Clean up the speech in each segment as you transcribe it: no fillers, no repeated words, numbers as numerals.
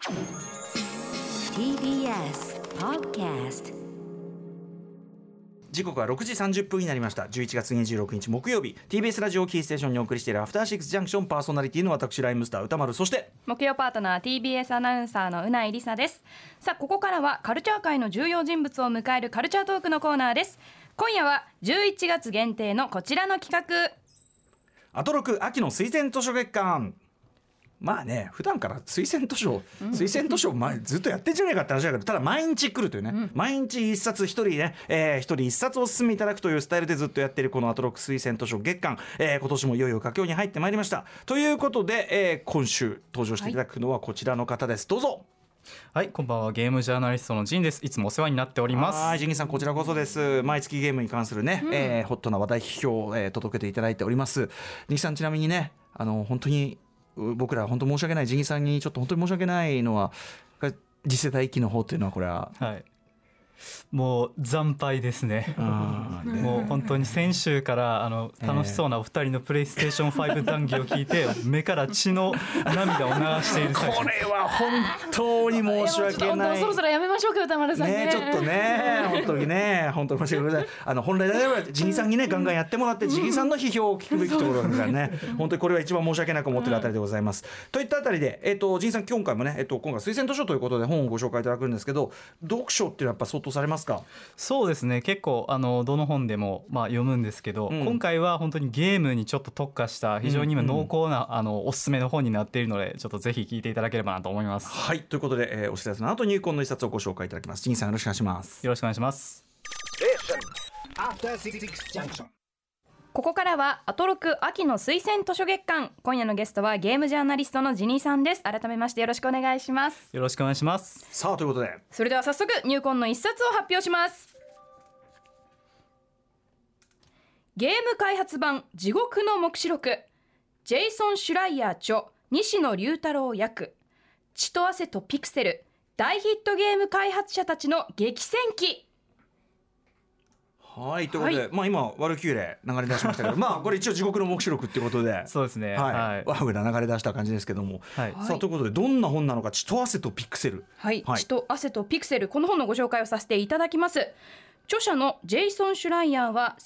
TBS Podcast。 時刻は6時30分になりました。11月26日木曜日、 TBS ラジオキーステーションにお送りしているアフターシックスジャンクション、パーソナリティの私ライムスター歌丸、そして木曜パートナー TBS アナウンサーのうないりさです。さあ、ここからはカルチャー界の重要人物を迎えるカルチャートークのコーナーです。今夜は11月限定のこちらの企画、 アトロク秋の推薦図書月間。まあね、普段から推薦図書前ずっとやってんじゃないかって話だけど、ただ毎日来るというね、毎日一冊一人ね、一人一冊お勧めいただくというスタイルでずっとやっているこのアトロク推薦図書月間、今年もいよいよ佳境に入ってまいりました。ということで、今週登場していただくのはこちらの方です。どうぞ。 はい、こんばんは。ゲームジャーナリストのジンです。いつもお世話になっております。 はい、ジンギさん、こちらこそです。毎月ゲームに関するね、ホットな話題批評を、届けていただいております。ジンギさん、ちなみにね、本当に僕ら本当申し訳ない、ジンギさんにちょっと本当に申し訳ないのは、次世代機の方っていうのはこれは、 はい、もう惨敗ですね。もう本当に先週から楽しそうなお二人のプレイステーション5談義を聞いて、目から血の涙を流している最中。 これは本当に申し訳ない。 そろそろやめましょうか、歌丸さんね。 ちょっとね、本当にね、本当に申し訳ございません。本来であればジギさんにね、ガンガンやってもらって、ジギさんの批評を聞くべきところですからね。本当にこれは一番申し訳なく思っているあたりでございます。といったあたりで、ジギさん、今回もね、今回推薦図書ということで本をご紹介いただくんですけど、読書っていうのはやっぱ相当されますか？ そうですね、結構どの本でも読むんですけど、今回は本当にゲームにちょっと特化した非常に今濃厚な、おすすめの本になっているので、ちょっとぜひ聞いていただければなと思います。 はい、ということで、お知らせの後に今の一冊をご紹介いただきます。ジンさん、よろしくお願いします。 よろしくお願いします。 ここからはアトロク秋の推薦図書月間。今夜のゲストはゲームジャーナリストのジニーさんです。改めましてよろしくお願いします。 よろしくお願いします。 さあ、ということで、 それでは早速入魂の一冊を発表します。ゲーム開発版地獄の黙示録、ジェイソン・シュライヤー著、西野龍太郎訳、血と汗とピクセル、大ヒットゲーム開発者たちの激戦記。 はい、ということで、今ワルキューレ流れ出しましたけどこれ一応地獄の黙示録っていうことで、 そうですね、 はい、ワグが流れ出した感じですけども、さあ、ということでどんな本なのか、血と汗とピクセル。 血と汗とピクセル、この本のご紹介をさせていただきます。著者のジェイソン・シュライヤーは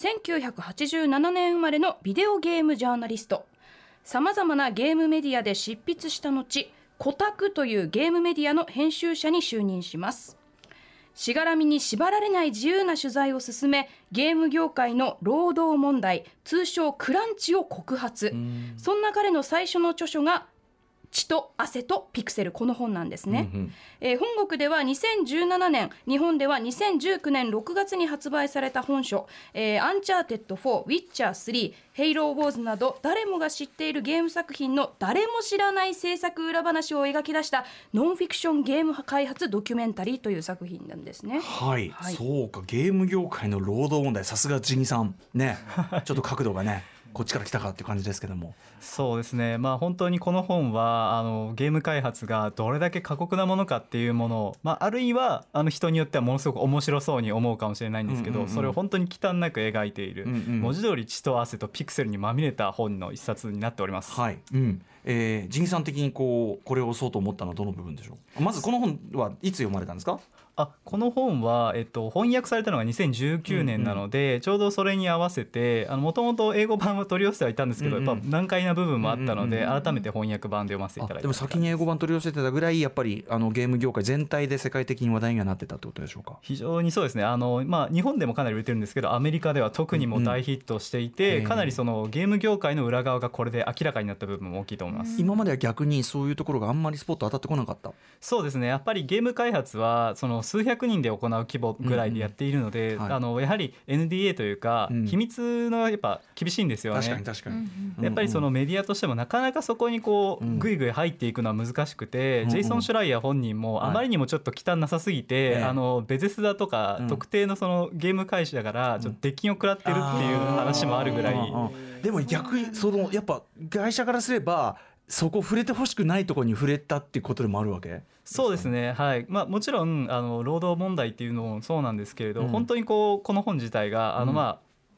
1987年生まれのビデオゲームジャーナリスト。様々なゲームメディアで執筆した後、コタクというゲームメディアの編集者に就任します。しがらみに縛られない自由な取材を進め、ゲーム業界の労働問題、通称クランチを告発。そんな彼の最初の著書が血と汗とピクセル、この本なんですね。本国では2017年、日本では2019年6月に発売された本書、アンチャーテッド4、ウィッチャー3、ヘイローウォーズなど誰もが知っているゲーム作品の誰も知らない制作裏話を描き出したノンフィクションゲーム開発ドキュメンタリーという作品なんですね。 そうか、ゲーム業界の労働問題、さすがジギさんねちょっと角度がねこっちから来たかっていう感じですけども。 そうですね、本当にこの本はゲーム開発がどれだけ過酷なものかっていうものを、あるいは人によってはものすごく面白そうに思うかもしれないんですけど、それを本当に忌憚なく描いている、文字通り血と汗とピクセルにまみれた本の一冊になっております。 ジンさん的にこれを押そうと思ったのはどの部分でしょう。まずこの本はいつ読まれたんですか？ この本は、翻訳されたのが2019年なので、ちょうどそれに合わせてもともと英語版は取り寄せてはいたんですけど、やっぱ難解な部分もあったので、改めて翻訳版で読ませていただいた。 でも先に英語版取り寄せてたぐらい、やっぱりゲーム業界全体で世界的に話題にはなってたってことでしょうか？ 非常にそうですね。日本でもかなり売れてるんですけど、アメリカでは特にも大ヒットしていて、かなりそのゲーム業界の裏側がこれで明らかになった部分も大きいと思います。 今までは逆にそういうところがあんまりスポット当たってこなかった。 そうですね、やっぱりゲーム開発はその数百人で行う規模ぐらいでやっているので、やはり NDA というか、秘密のやっぱ厳しいんですよね。 確かに、 やっぱりそのメディアとしてもなかなかそこにぐいぐい入っていくのは難しくて、ジェイソン・シュライヤー本人もあまりにもちょっと忌憚なさすぎて、ベゼスダとか特定のそのゲーム会社だからちょっと出禁を食らってるっていう話もあるぐらい、 でも逆にやっぱ会社からすればそこ触れてほしくないところに触れたっていうことでもあるわけ？ そうですね、はい。もちろん労働問題っていうのもそうなんですけれど、本当にこの本自体が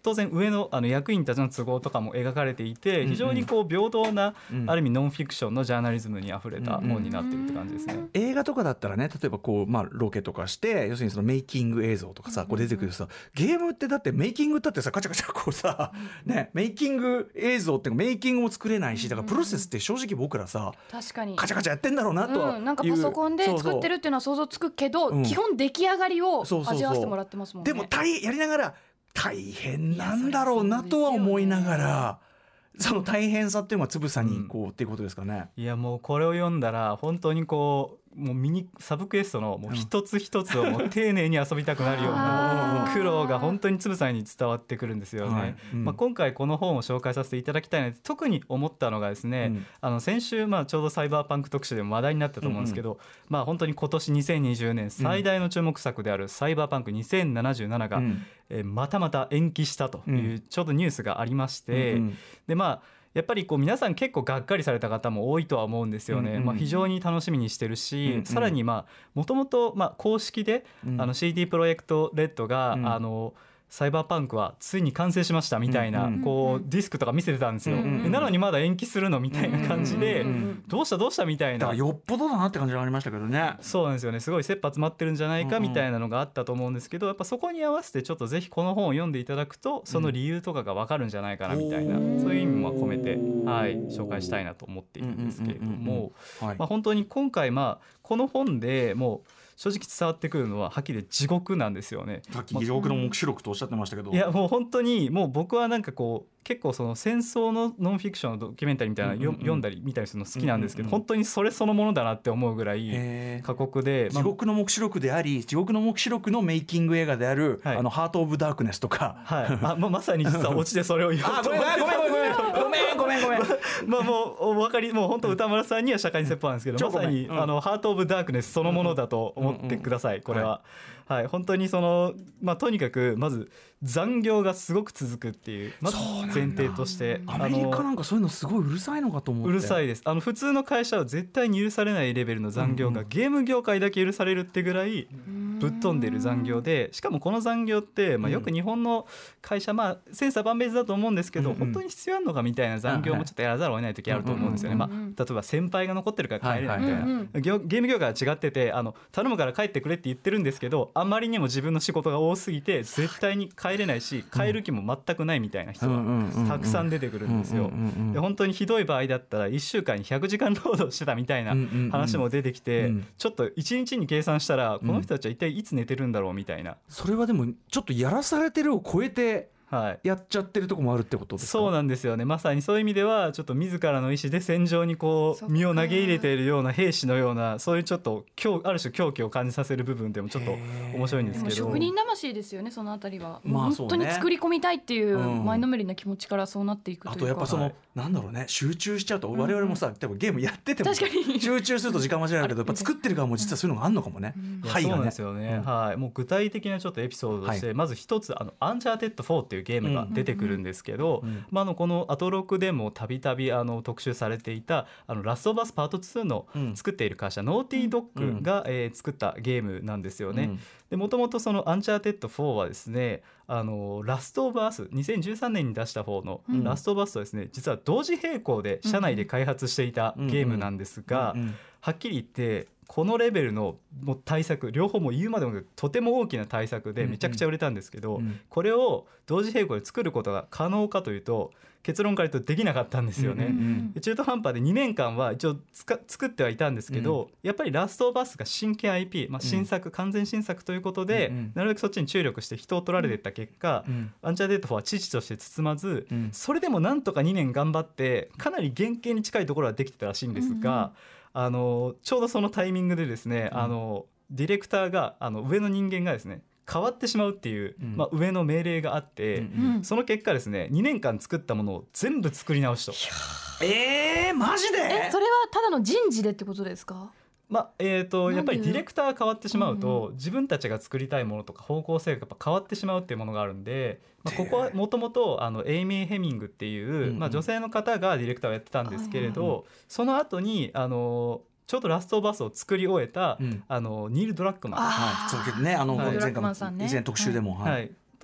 当然上の役員たちの都合とかも描かれていて、非常にこう平等な、ある意味ノンフィクションのジャーナリズムにあふれた本になってるって感じですね。 映画とかだったらね、例えばこう、ロケとかして要するにそのメイキング映像とかさこう出てくるさ、ゲームってだってメイキングだってさカチャカチャこうさ、ね、メイキング映像ってメイキングも作れないし、だからプロセスって正直僕らさ確かにカチャカチャやってんだろうなとはなんかパソコンで作ってるっていうのは想像つくけど、基本出来上がりを味わわせてもらってますもんね。 でもやりながら大変なんだろうなとは思いながら、その大変さっていうのはつぶさにこう、っていうことですかね。 いやもうこれを読んだら本当にこうもうサブクエストのもう一つ一つをもう丁寧に遊びたくなるような苦労が本当につぶさに伝わってくるんですよね。今回この本を紹介させていただきたいので特に思ったのがですね、先週ちょうどサイバーパンク特集でも話題になったと思うんですけど、本当に今年2020年最大の注目作であるサイバーパンク2077が、またまた延期したというちょうどニュースがありまして、でやっぱりこう皆さん結構がっかりされた方も多いとは思うんですよね。非常に楽しみにしてるし、さらにもともと公式でCD プロジェクトレッドがサイバーパンクはついに完成しましたみたいなこうディスクとか見せてたんですよ。なのにまだ延期するのみたいな感じで、どうしたみたいな、 だからよっぽどだなって感じがありましたけどね。 そうなんですよね。すごい切羽詰まってるんじゃないかみたいなのがあったと思うんですけど、やっぱそこに合わせてちょっとぜひこの本を読んでいただくとその理由とかが分かるんじゃないかなみたいな、そういう意味も込めて、紹介したいなと思っているんですけれども、本当に今回この本でもう正直伝わってくるのははっきり地獄なんですよね。 さっき地獄の黙示録とおっしゃってましたけど、 いやもう本当にもう僕はなんかこう結構その戦争のノンフィクションのドキュメンタリーみたいな読んだり見たりするの好きなんですけど、本当にそれそのものだなって思うぐらい過酷で、 地獄の黙示録であり地獄の黙示録のメイキング映画である、ハート・オブ・ダークネスとか、 まさに実はオチでそれを言おうと思ってごめんもうお分かり、もう本当歌村さんには社会に説法なんですけど、まさにハート・オブ・ダークネスそのものだと思ってください。これは本当にそのとにかくまず残業がすごく続くっていうまず前提として、 アメリカなんかそういうのすごいうるさいのかと思って。 うるさいです。普通の会社は絶対に許されないレベルの残業がゲーム業界だけ許されるってぐらいぶっ飛んでる残業で、しかもこの残業ってよく日本の会社千差万別だと思うんですけど、本当に必要あるのかみたいな残業もちょっとやらざるを得ない時あると思うんですよね。例えば先輩が残ってるから帰れないみたいな、ゲーム業界は違ってて頼むから帰ってくれって言ってるんですけど、あまりにも自分の仕事が多すぎて絶対に帰れないし帰る気も全くないみたいな人がたくさん出てくるんですよ。で本当にひどい場合だったら1週間に100時間労働してたみたいな話も出てきて、ちょっと1日に計算したらこの人たちは一体いつ寝てるんだろうみたいな、 それはでもちょっとやらされてるを超えてやっちゃってるところもあるってことですか。 そうなんですよね。まさにそういう意味ではちょっと自らの意思で戦場にこう身を投げ入れているような兵士のような、そういうちょっとある種狂気を感じさせる部分でもちょっと面白いんですけど、 職人魂ですよね。そのあたりは本当に作り込みたいっていう前のめりな気持ちからそうなっていくというか、 あとやっぱそのなんだろうね、集中しちゃうと我々もさ、例えばゲームやってても集中すると時間間違えるけど、やっぱ作ってる側も実はそういうのがあるのかもね。 そうなんですよね。もう具体的なちょっとエピソードとして、まず一つアンチャーテッド4っていうゲームが出てくるんですけど、このアトロクでもたびたび特集されていたラストオブアスパート2の作っている会社、ノーティードッグが作ったゲームなんですよね。でもともとそのアンチャーテッド4はですね、ラストオブアス2013年に出した方のラストオブアスとですね、実は同時並行で社内で開発していたゲームなんですが、はっきり言ってこのレベルのもう大作両方も言うまでもとても大きな大作でめちゃくちゃ売れたんですけど、これを同時並行で作ることが可能かというと結論から言うとできなかったんですよね。中途半端で2年間は一応作ってはいたんですけど、やっぱりラストオブアスが新規 IP、新作完全新作ということで、なるべくそっちに注力して人を取られていった結果、アンチャーテッド4は父として包まず、それでもなんとか2年頑張ってかなり原型に近いところはできてたらしいんですが、ちょうどそのタイミングでですね、ディレクターが上の人間がですね変わってしまうっていう、上の命令があって、その結果ですね2年間作ったものを全部作り直しと。 マジで？ それはただの人事でってことですか？ やっぱりディレクターが変わってしまうと、自分たちが作りたいものとか方向性がやっぱ変わってしまうっていうものがあるんで、ここはもともとエイミー・ヘミングっていう、女性の方がディレクターをやってたんですけれど、その後にちょうどラストオブアスを作り終えた、ニール・ドラッグマン、 そうけどね、以前特集でも、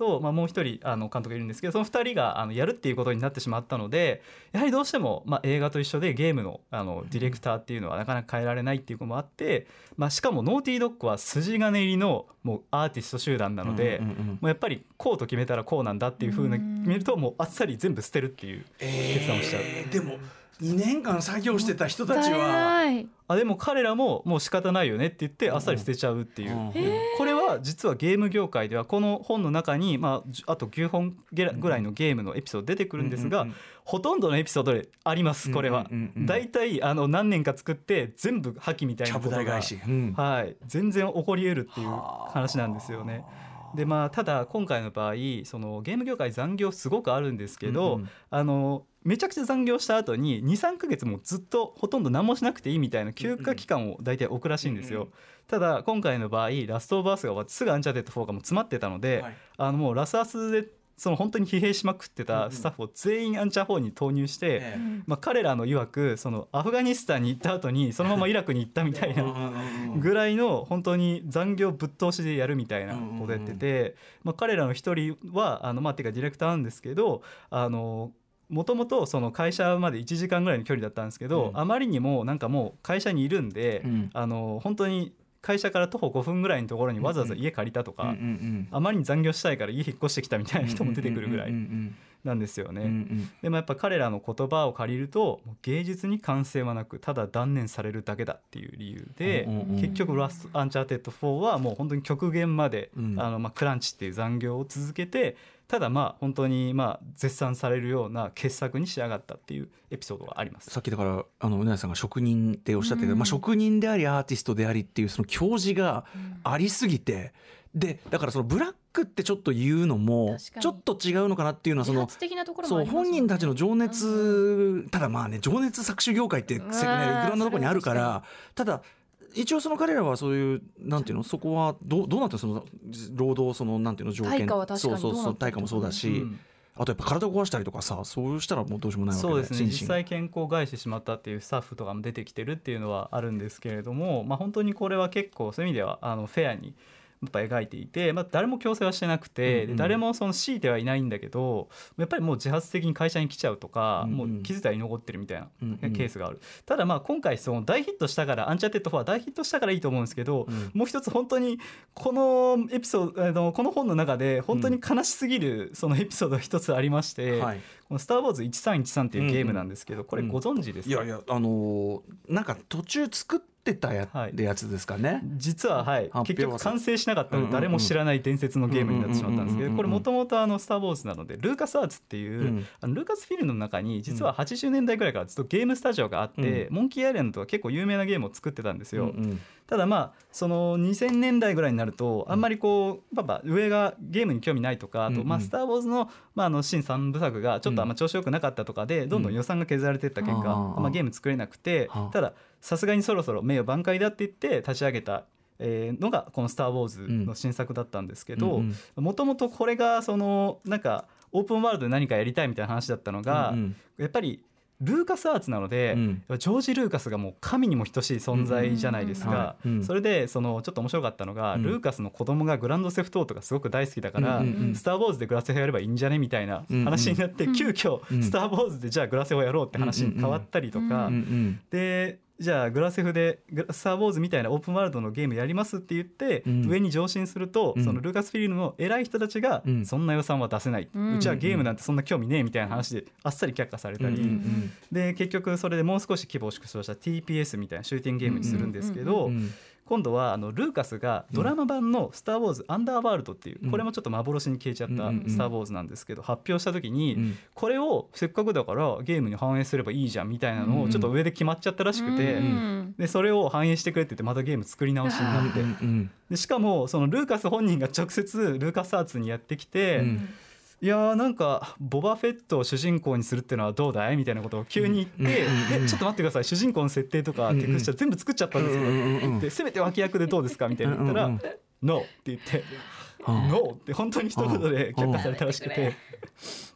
と、もう一人監督いるんですけど、その2人がやるっていうことになってしまったので、やはりどうしても、映画と一緒でゲームのディレクターっていうのはなかなか変えられないっていうこともあって、しかもノーティードッグは筋金入りのもうアーティスト集団なので、もうやっぱりこうと決めたらこうなんだっていう風に見ると、もうあっさり全部捨てるっていう決断をしちゃう。 でも2年間作業してた人たちはでも彼らももう仕方ないよねって言ってあっさり捨てちゃうっていう、これは実はゲーム業界ではこの本の中に、あと9本ぐらいのゲームのエピソード出てくるんですが、ほとんどのエピソードであります。これはだいたい何年か作って全部破棄みたいなことが、全然起こり得るっていう話なんですよね。でただ今回の場合そのゲーム業界残業すごくあるんですけど、めちゃくちゃ残業した後に 2,3 ヶ月もずっとほとんど何もしなくていいみたいな休暇期間を大体置くらしいんですよ。ただ今回の場合ラストオブアースが終わってすぐアンチャーテッド4がもう詰まってたので、もうラスアスでその本当に疲弊しまくってたスタッフを全員アンチャー4に投入して、彼らの曰くそのアフガニスタンに行った後にそのままイラクに行ったみたいなぐらいの本当に残業ぶっ通しでやるみたいなことやってて、彼らの一人はてかディレクターなんですけど、もともとその会社まで1時間ぐらいの距離だったんですけど、あまりにもなんかもう会社にいるんで、本当に会社から徒歩5分ぐらいのところにわざわざ家借りたとか、あまりに残業したいから家引っ越してきたみたいな人も出てくるぐらいなんですよね。でもやっぱ彼らの言葉を借りると芸術に完成はなくただ断念されるだけだっていう理由で、結局ラストアンチャーテッド4はもう本当に極限まで、クランチっていう残業を続けて、ただ本当に絶賛されるような傑作に仕上がったっていうエピソードがあります。 さっきだからうなやさんが職人っておっしゃったけど、職人でありアーティストでありっていうその教示がありすぎて、でだからそのブラックってちょっと言うのもちょっと違うのかなっていうのはそのそう本人たちの情熱、ただ情熱搾取業界っていろんなところにあるから、ただ一応その彼らはそういうなんていうの、そこはどうなってその労働そのなんていうの条件、 対価は確かにそう対価もそうだし、あとやっぱ体を壊したりとかさ、そうしたらもうどうしようもないわけで、 そうですね、実際健康を害してしまったっていうスタッフとかも出てきてるっていうのはあるんですけれども、本当にこれは結構そういう意味ではフェアにやっぱ描いていて、誰も強制はしてなくて、で誰もその強いてはいないんだけど、やっぱりもう自発的に会社に来ちゃうとか、もう気づいたら居残ってるみたいなケースがある。ただ今回その大ヒットしたから、アンチャーテッド4は大ヒットしたからいいと思うんですけど、もう一つ本当にこのエピソードこの本の中で本当に悲しすぎるそのエピソードが一つありまして、このスター・ウォーズ1313っていうゲームなんですけど、これご存知ですか？ いやなんか途中作ってたやつですかね。 実は結局完成しなかったので誰も知らない伝説のゲームになってしまったんですけど、これもともとスター・ウォーズなのでルーカスアーツっていう、ルーカスフィルムの中に実は80年代ぐらいからずっとゲームスタジオがあって、モンキーアイランドとか結構有名なゲームを作ってたんですよ。ただその2000年代ぐらいになるとあんまり上がゲームに興味ないとか、あとスター・ウォーズの新3部作がちょっと調子よくなかったとかでどんどん予算が削られていった結果、ゲーム作れなくて、たださすがにそろそろ名誉挽回だって言って立ち上げたのがこのスター・ウォーズの新作だったんですけど、もともとこれがそのなんかオープンワールドで何かやりたいみたいな話だったのが、やっぱりルーカスアーツなので、ジョージ・ルーカスがもう神にも等しい存在じゃないですか。それでちょっと面白かったのが、ルーカスの子供がグランドセフトートがすごく大好きだから、スター・ウォーズでグラセフやればいいんじゃねみたいな話になって、急遽スター・ウォーズでじゃあグラセフやろうって話に変わったりとか、でじゃあグラセフでスター・ウォーズみたいなオープンワールドのゲームやりますって言って、上に上申すると、そのルーカスフィルムの偉い人たちが、そんな予算は出せない、うちはゲームなんてそんな興味ねえみたいな話であっさり却下されたり、で結局それでもう少し規模を縮小した TPS みたいなシューティングゲームにするんですけど、今度はルーカスがドラマ版のスター・ウォーズアンダーワールドっていう、これもちょっと幻に消えちゃったスター・ウォーズなんですけど、発表した時にこれをせっかくだからゲームに反映すればいいじゃんみたいなのをちょっと上で決まっちゃったらしくて、でそれを反映してくれって言ってまたゲーム作り直しになって、でしかもそのルーカス本人が直接ルーカスアーツにやってきて、いやなんかボバフェットを主人公にするっていうのはどうだいみたいなことを急に言って、ちょっと待ってください、主人公の設定とかテクスチャー全部作っちゃったんですけど、でせめて脇役でどうですかみたいな言ったら、ノーって言って、ノーって本当に一言で却下されたらしくて、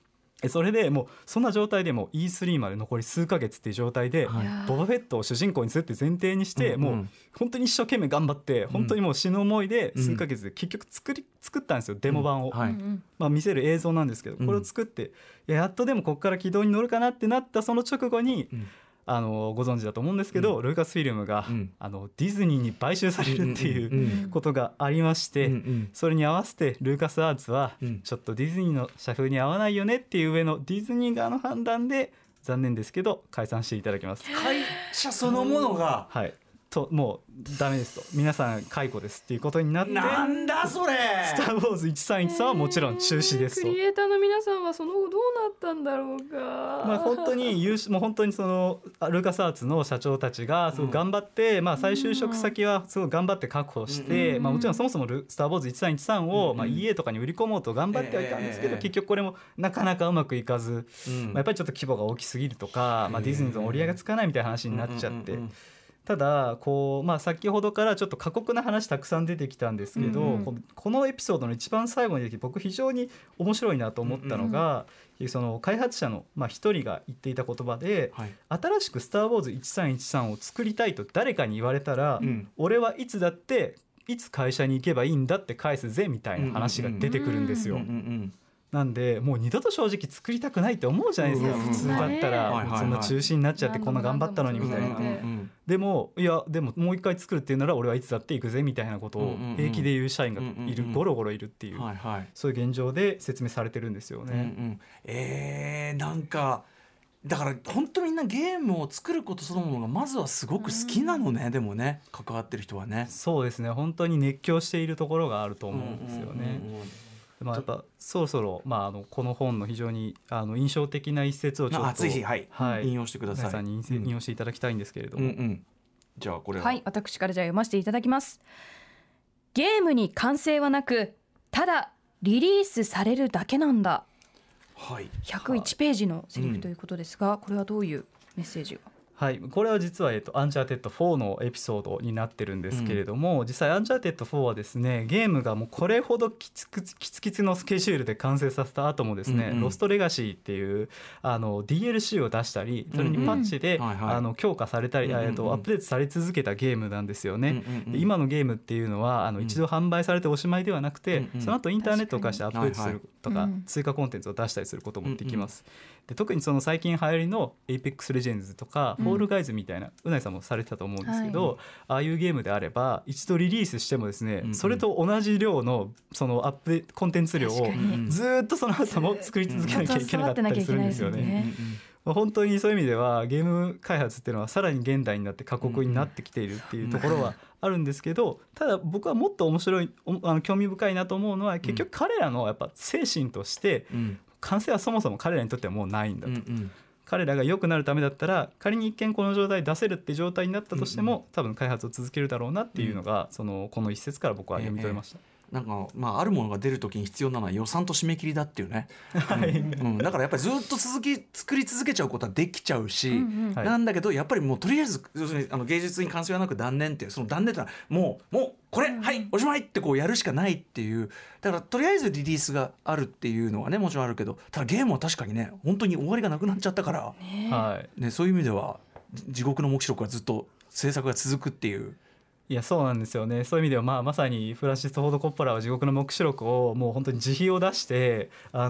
それでもうそんな状態でもう E3 まで残り数ヶ月っていう状態で、 はいボバフェットを主人公にするって前提にして、もう本当に一生懸命頑張って本当にもう死ぬ思いで数ヶ月で結局作ったんですよ、デモ版を、 はい見せる映像なんですけど、これを作ってやっとでもここから軌道に乗るかなってなったその直後に、ご存知だと思うんですけど、ルーカスフィルムが、ディズニーに買収されるっていうことがありまして、それに合わせてルーカスアーツはちょっとディズニーの社風に合わないよねっていう上のディズニー側の判断で残念ですけど解散していただきます。 会社そのものがはいともうダメですと、皆さん解雇ですっていうことになって、 なんだそれスター・ウォーズ1313はもちろん中止ですと。 クリエイターの皆さんはその後どうなったんだろうか。 本当にもう本当にそのルーカスアーツの社長たちがすごい頑張って、再就職先はすごい頑張って確保して、もちろんそもそもスター・ウォーズ1313を、EA とかに売り込もうと頑張ってはいたんですけど、結局これもなかなかうまくいかず、やっぱりちょっと規模が大きすぎるとか、ディズニーとの折り合いがつかないみたいな話になっちゃって、ただこう、先ほどからちょっと過酷な話たくさん出てきたんですけど、このエピソードの一番最後に出てきて僕非常に面白いなと思ったのが、その開発者の一人が言っていた言葉で、新しくスター・ウォーズ1313を作りたいと誰かに言われたら、俺はいつだっていつ会社に行けばいいんだって返すぜみたいな話が出てくるんですよ。なんでもう二度と正直作りたくないって思うじゃないですか、普通だったら、そんな中止になっちゃってこんな頑張ったのにみたいな。でももう一回作るっていうなら俺はいつだって行くぜみたいなことを平気で言う社員がいる、ゴロゴロいるっていう、そういう現状で説明されてるんですよね。 なんかだから本当にみんなゲームを作ることそのものがまずはすごく好きなのね、でもね関わってる人はね。 そうですね、本当に熱狂しているところがあると思うんですよね。やっぱそろそろ、この本の非常に印象的な一節をちょっと、 引用してください。 皆さんに引用していただきたいんですけれども、 じゃあこれは、 私からじゃあ読ませていただきます。ゲームに完成はなく、ただリリースされるだけなんだ。101ページのセリフということですが、これはどういうメッセージが。 これは実は、アンチャーテッド4のエピソードになってるんですけれども、実際アンチャーテッド4はですね、ゲームがもうこれほどキツキツのスケジュールで完成させた後もですね、ロストレガシーっていうDLC を出したり、それにパッチで、強化されたり、アップデートされ続けたゲームなんですよね。で今のゲームっていうのは一度販売されておしまいではなくて、その後インターネットを介してアップデートするとか、追加コンテンツを出したりすることもできます。で特にその最近流行りの Apex Legends とかフォールガイズみたいな、うないさんもされてたと思うんですけど、ああいうゲームであれば一度リリースしてもですね、それと同じ量のそのアップコンテンツ量をずっとその後も作り続けなきゃいけなかったりするんですよね。本当にそういう意味ではゲーム開発っていうのはさらに現代になって過酷になってきているっていうところはあるんですけど、ただ僕はもっと面白い興味深いなと思うのは、結局彼らのやっぱ精神として完成はそもそも彼らにとってはもうないんだと。彼らが良くなるためだったら仮に一見この状態出せるって状態になったとしても、多分開発を続けるだろうなっていうのが、この一節から僕は読み取れました。 なんかあるものが出るときに必要なのは予算と締め切りだっていうね、だからやっぱりずっと作り続けちゃうことはできちゃうし、なんだけどやっぱりもうとりあえず要するに芸術に完成はなく断念っていう、その断念ってのはもうこれ、おしまいってこうやるしかないっていう、だからとりあえずリリースがあるっていうのはねもちろんあるけど、ただゲームは確かにね本当に終わりがなくなっちゃったから、そういう意味では地獄の黙示録はずっと制作が続くっていう。 いやそうなんですよね。そういう意味ではまさにフランシス・フォード・コッポラは地獄の黙示録をもう本当に自費を出して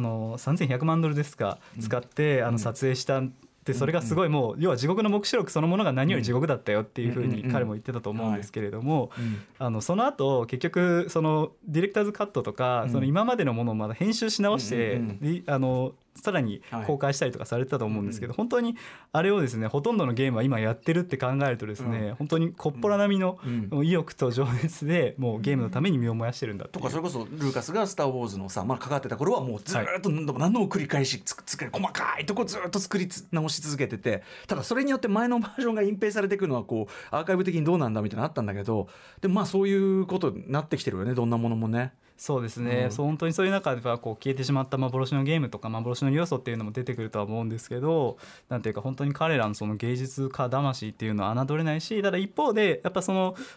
$3100万ですか使って撮影したで、それがすごいもう要は地獄の黙示録そのものが何より地獄だったよっていうふうに彼も言ってたと思うんですけれども、その後結局そのディレクターズカットとかその今までのものをまだ編集し直してさらに公開したりとかされてたと思うんですけど、本当にあれをですねほとんどのゲームは今やってるって考えるとですね、本当にコッポラ並みの意欲と情熱でもうゲームのために身を燃やしてるんだとか、 それこそルーカスがスター・ウォーズのさ関わってた頃はもうずっと何度も繰り返し細かいとこずっと作り直し続けてて、ただそれによって前のバージョンが隠蔽されていくのはこうアーカイブ的にどうなんだみたいなのあったんだけど、でもそういうことになってきてるよね、どんなものもね。 そうですね、本当にそういう中ではこう消えてしまった幻のゲームとか幻の要素っていうのも出てくるとは思うんですけど、なんていうか本当に彼らのその芸術家魂っていうのは侮れないし、ただ一方でやっぱその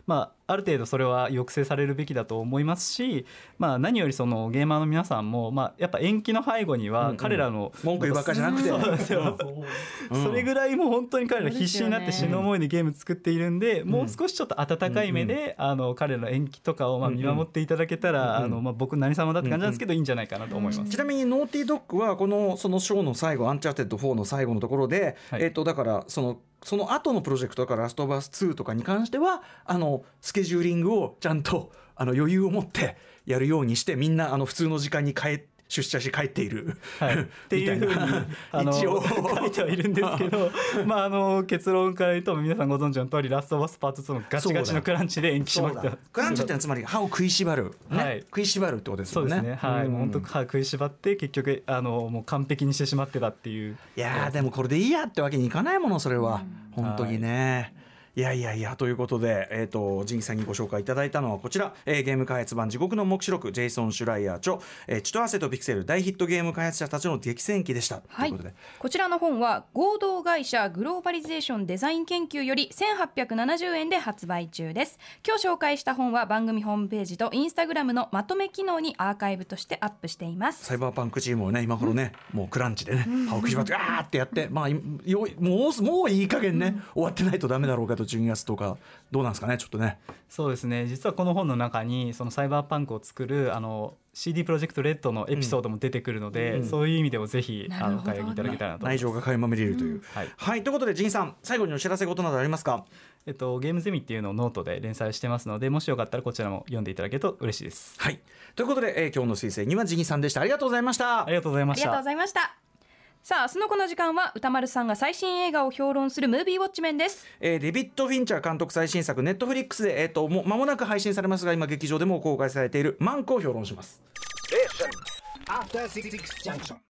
ある程度それは抑制されるべきだと思いますし、まあ、何よりそのゲーマーの皆さんも、まあ、やっぱ延期の背後には彼らの、 文句言うばっかじゃなくて、 そうなんですよ、それぐらいもう本当に彼ら必死になって死ぬ思いでゲーム作っているんで、もう少しちょっと温かい目で、彼らの延期とかをまあ見守っていただけたら、まあ、僕何様だって感じなんですけど、いいんじゃないかなと思います。 ちなみにノーティードッグはそのショーの最後アンチャーテッド4の最後のところで、 はい、 だからその後のプロジェクトだからラストバース2とかに関してはスケジューリングをちゃんと余裕を持ってやるようにして、みんな普通の時間に出社し帰っている、 はい、っていうふうに一応書いてはいるんですけどまあ、結論から言うと皆さんご存知の通りラストバースパート2のガチガチのクランチで延期しました。 クランチってのはつまり歯を食いしばる、ね、はい、食いしばるってことですよね。 そうですね、はい、もう本当歯食いしばって結局もう完璧にしてしまってたっていう。 いやでもこれでいいやってわけにいかないものそれは、本当にね、いやということで、ジンさんにご紹介いただいたのはこちら、ゲーム開発版地獄の黙示録ジェイソン・シュライヤー著、血と汗とピクセル大ヒットゲーム開発者たちの激戦記でした、 はい、 ということでこちらの本は合同会社グローバリゼーションデザイン研究より1870円で発売中です。今日紹介した本は番組ホームページとインスタグラムのまとめ機能にアーカイブとしてアップしています。 サイバーパンクチームをね今頃ね、もうクランチでね歯を食いしばってガーってやって、まあ、もういい加減ね、終わってないとダメだろうかと、12月とかどうなんですかね、ちょっとね。 そうですね、実はこの本の中にそのサイバーパンクを作るCD プロジェクトレッドのエピソードも出てくるので、そういう意味でもぜひお買い上げいただけたらなと思います。 内情が垣間見れるという、はい、ということでジンさん最後にお知らせ事などありますか？ ゲームゼミっていうのをノートで連載してますので、もしよかったらこちらも読んでいただけると嬉しいです。 はい、ということで、今日の推薦にはジンさんでした。ありがとうございました。 ありがとうございました。 ありがとうございました。さあ明日のこの時間は歌丸さんが最新映画を評論するムービーウォッチメンです。 デビッド・フィンチャー監督最新作ネットフリックスで、もう間もなく配信されますが今劇場でも公開されているマンクを評論します。